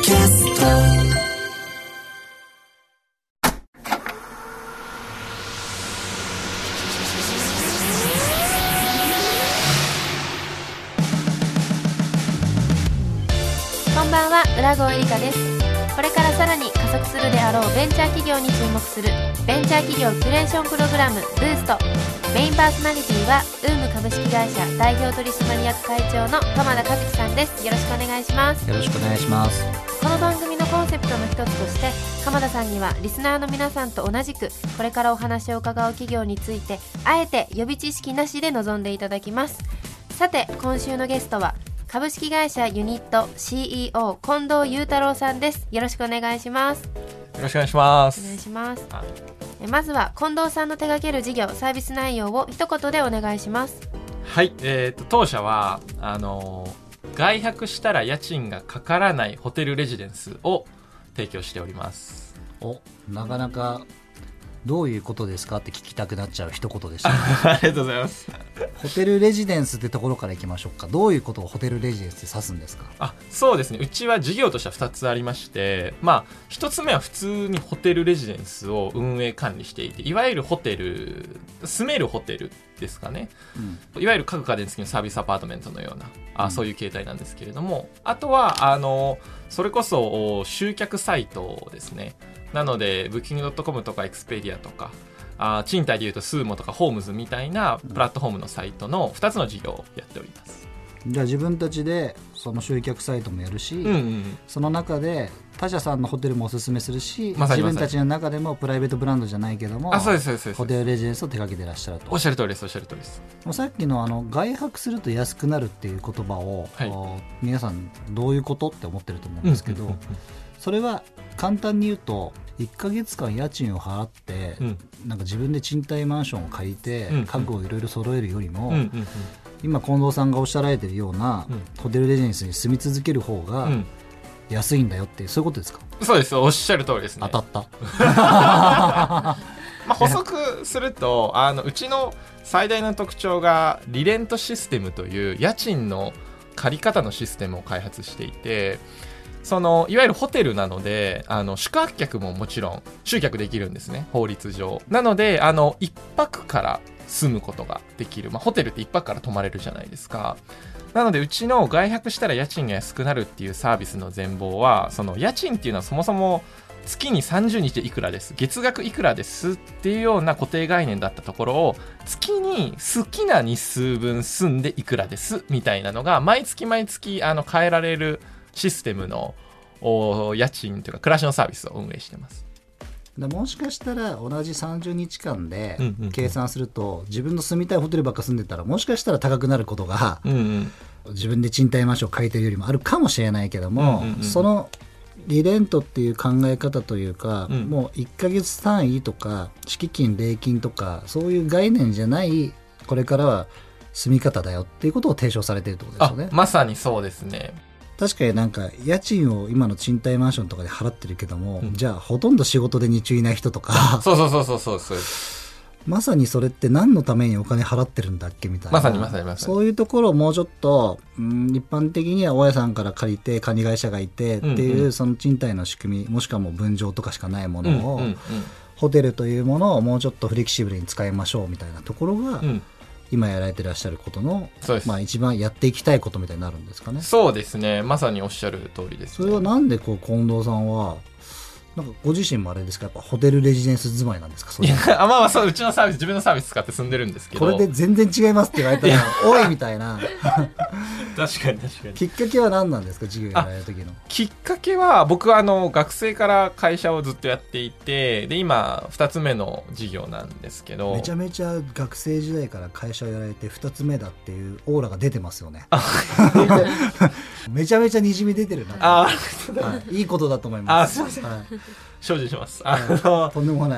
キャストこんばんは、浦郷エリカです。これからさらに加速するであろうベンチャー企業に注目するベンチャー企業キュレーションプログラムブースト。メインパーソナリティはウーム株式会社代表取締役会長の鎌田和樹さんです。よろしくお願いします。 よろしくお願いします。 この番組のコンセプトの一つとして鎌田さんにはリスナーの皆さんと同じくこれからお話を伺う企業についてあえて予備知識なしで臨んでいただきます。さて今週のゲストは株式会社ユニット CEO 近藤雄太郎さんです。よろしくお願いします。 よろしくお願いします。 お願いします。まずは近藤さんの手掛ける事業サービス内容を一言でお願いします。 はい、当社は外泊したら家賃がかからないホテルレジデンスを提供しております。 なかなかどういうことですかって聞きたくなっちゃう一言でした、ね、 ありがとうございます。 ホテルレジデンスってところからいきましょうか。どういうことをホテルレジデンスって指すんですか？ そうですね、うちは事業としては2つありまして、1つ目は普通にホテルレジデンスを運営管理していて、いわゆるホテル、住めるホテルですかね、いわゆる家具家電付きのサービスアパートメントのようなそういう形態なんですけれども、あとはそれこそ集客サイトですね。なのでブッキングドットコムとかエクスペディアとか賃貸でいうとスーモとかホームズみたいなプラットフォームのサイトの2つの事業をやっております。 じゃあ自分たちでその集客サイトもやるし、その中で他社さんのホテルもおすすめするし、自分たちの中でもプライベートブランドじゃないけどもそうですホテルレジデンスを手掛けてらっしゃると。 おっしゃる通りです。おっしゃる通りです。 さっきの外泊すると安くなるっていう言葉を、皆さんどういうことって思ってると思うんですけど、それは簡単に言うと1ヶ月間家賃を払って、なんか自分で賃貸マンションを借りて、家具をいろいろ揃えるよりも、今近藤さんがおっしゃられているような、ホテルレジデンスに住み続ける方が安いんだよっていう、そういうことですか？ そうです。おっしゃる通りですね。 当たった補足するとうちの最大の特徴がリレントシステムという家賃の借り方のシステムを開発していて、いわゆるホテルなので宿泊客ももちろん集客できるんですね、法律上。なので1泊から住むことができる、ホテルって1泊から泊まれるじゃないですか。なのでうちの外泊したら家賃が安くなるっていうサービスの全貌は、その家賃っていうのはそもそも月に30日でいくらです、月額いくらですっていうような固定概念だったところを、月に好きな日数分住んでいくらですみたいなのが毎月毎月変えられるシステムの家賃というか暮らしのサービスを運営してます。 もしかしたら同じ30日間で計算すると、自分の住みたいホテルばっか住んでたらもしかしたら高くなることが、自分で賃貸マンションを借りてるよりもあるかもしれないけども、そのリレントっていう考え方というか、もう1ヶ月単位とか敷金礼金とかそういう概念じゃないこれからは住み方だよっていうことを提唱されているってことですよね。 まさにそうですね。 確かになんか家賃を今の賃貸マンションとかで払ってるけども、じゃあほとんど仕事で日中いない人とかそうまさにそれって何のためにお金払ってるんだっけみたいな、 まさにそういうところをもうちょっと、一般的には大家さんから借りて管理会社がいてっていう、その賃貸の仕組み、もしくはもう分譲とかしかないものを、ホテルというものをもうちょっとフレキシブルに使いましょうみたいなところが、今やられてらっしゃることの、一番やっていきたいことみたいになるんですかね。 そうですね、まさにおっしゃる通りです、ね。 それはなんで近藤さんはなんかご自身もあれですか、やっぱホテルレジデンス住まいなんですか？そうそう、うちのサービス、自分のサービス使って住んでるんですけど、 これで全然違いますって言われたらおいみたいな確かにきっかけは何なんですか？授業やられる時のきっかけは、僕は学生から会社をずっとやっていて、で今2つ目の事業なんですけど、 めちゃめちゃ学生時代から会社をやられて2つ目だっていうオーラが出てますよねめちゃめちゃにじみ出てるな。いいことだと思います。 すいません、精進します。 とんでもない。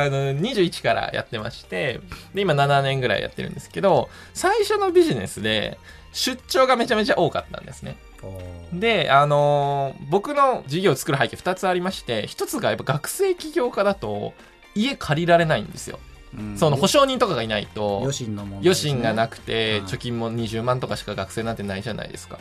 21からやってまして、で今7年ぐらいやってるんですけど、最初のビジネスで出張がめちゃめちゃ多かったんですね。で、僕の事業を作る背景2つありまして、1つがやっぱ学生起業家だと家借りられないんですよ。その保証人とかがいないと、 余震の問題ですね、 余震がなくて、貯金も20万とかしか学生なんてないじゃないですか。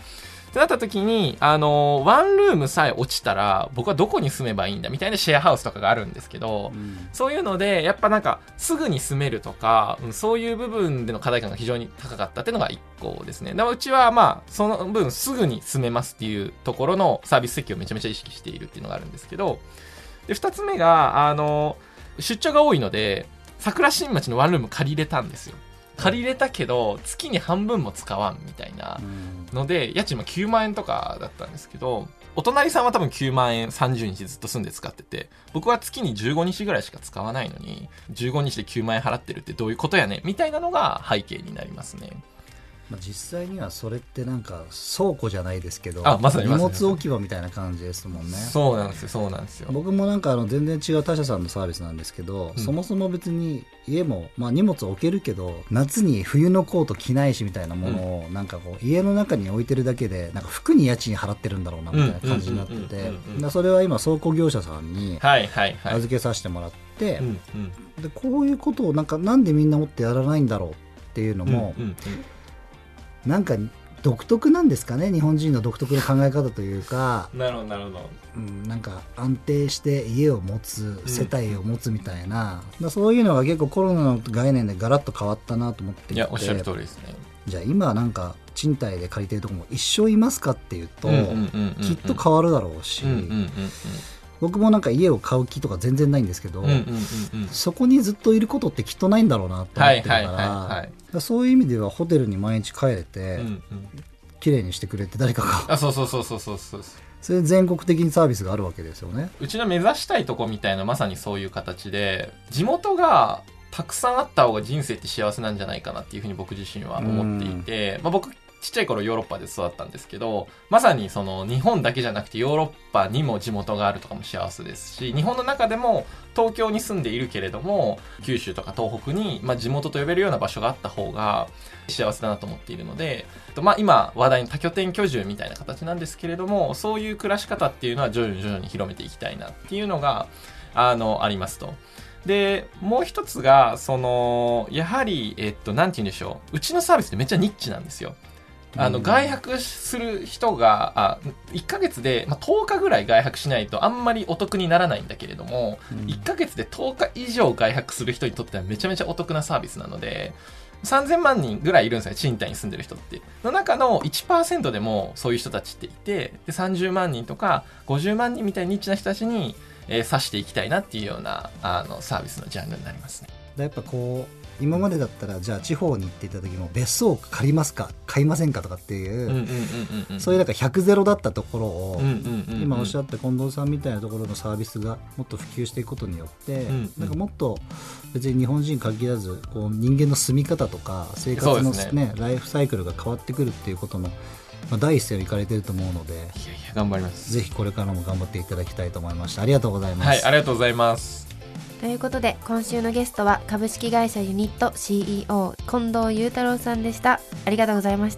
ってなった時にワンルームさえ落ちたら僕はどこに住めばいいんだみたいなシェアハウスとかがあるんですけど、そういうのでやっぱなんかすぐに住めるとか、そういう部分での課題感が非常に高かったっていうのが1個ですね。でもうちはまあその分すぐに住めますっていうところのサービス設計をめちゃめちゃ意識しているっていうのがあるんですけど、で2つ目が出張が多いので桜新町のワンルーム借りれたんですよ。借りれたけど月に半分も使わんみたいなので、家賃も9万円とかだったんですけど、お隣さんは多分9万円30日ずっと住んで使ってて、僕は月に15日ぐらいしか使わないのに15日で9万円払ってるってどういうことやねみたいなのが背景になりますね。 実際にはそれってなんか倉庫じゃないですけど、 まさに荷物置き場みたいな感じですもんね。 そうなんですよ。僕もなんか全然違う他社さんのサービスなんですけど、そもそも別に家も、荷物置けるけど夏に冬のコート着ないしみたいなものをなんかこう家の中に置いてるだけでなんか服に家賃払ってるんだろうなみたいな感じになってて、それは今倉庫業者さんに預けさせてもらって、でこういうことをなんでみんなもってやらないんだろうっていうのも、なんか独特なんですかね、日本人の独特の考え方というか。 なるほど、 なんか安定して家を持つ、世帯を持つみたいな、そういうのが結構コロナの概念でガラッと変わったなと思っていて。 いやおっしゃる通りですね。 じゃあ今なんか賃貸で借りてるところも一生いますかっていうと、きっと変わるだろうし、僕もなんか家を買う気とか全然ないんですけど、そこにずっといることってきっとないんだろうなと思ってるから、そういう意味ではホテルに毎日帰れて、綺麗にしてくれて誰かがそうそれ全国的にサービスがあるわけですよね。 うちの目指したいとこみたいなまさにそういう形で、地元がたくさんあった方が人生って幸せなんじゃないかなっていうふうに僕自身は思っていて、僕ちっちゃい頃ヨーロッパで育ったんですけど、まさにその日本だけじゃなくてヨーロッパにも地元があるとかも幸せですし、日本の中でも東京に住んでいるけれども九州とか東北に、地元と呼べるような場所があった方が幸せだなと思っているので、今話題の多拠点居住みたいな形なんですけれども、そういう暮らし方っていうのは徐々に広めていきたいなっていうのがありますと。でもう一つがやはりなんて言うんでしょう、うちのサービスってめっちゃニッチなんですよ。外泊する人が1ヶ月で、10日ぐらい外泊しないとあんまりお得にならないんだけれども、1ヶ月で10日以上外泊する人にとってはめちゃめちゃお得なサービスなので、3000万人ぐらいいるんですよ、賃貸に住んでる人って。の中の 1% でもそういう人たちっていて、で30万人とか50万人みたいにニッチな人たちに指していきたいなっていうようなサービスのジャンルになりますね。 やっぱこう今までだったらじゃあ地方に行っていた時も別荘借りますか買いませんかとかっていうそういうなんか100ゼロだったところを今おっしゃった近藤さんみたいなところのサービスがもっと普及していくことによってなんかもっと別に日本人限らずこう人間の住み方とか生活の、ライフサイクルが変わってくるっていうことの第一線を行かれていると思うので、 頑張ります。 ぜひこれからも頑張っていただきたいと思いました。ありがとうございます。 はい、ありがとうございます。 ということで今週のゲストは株式会社ユニット CEO 近藤雄太郎さんでした。ありがとうございました。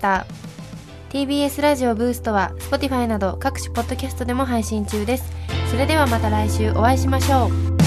TBS ラジオブーストは Spotify など各種ポッドキャストでも配信中です。それではまた来週お会いしましょう。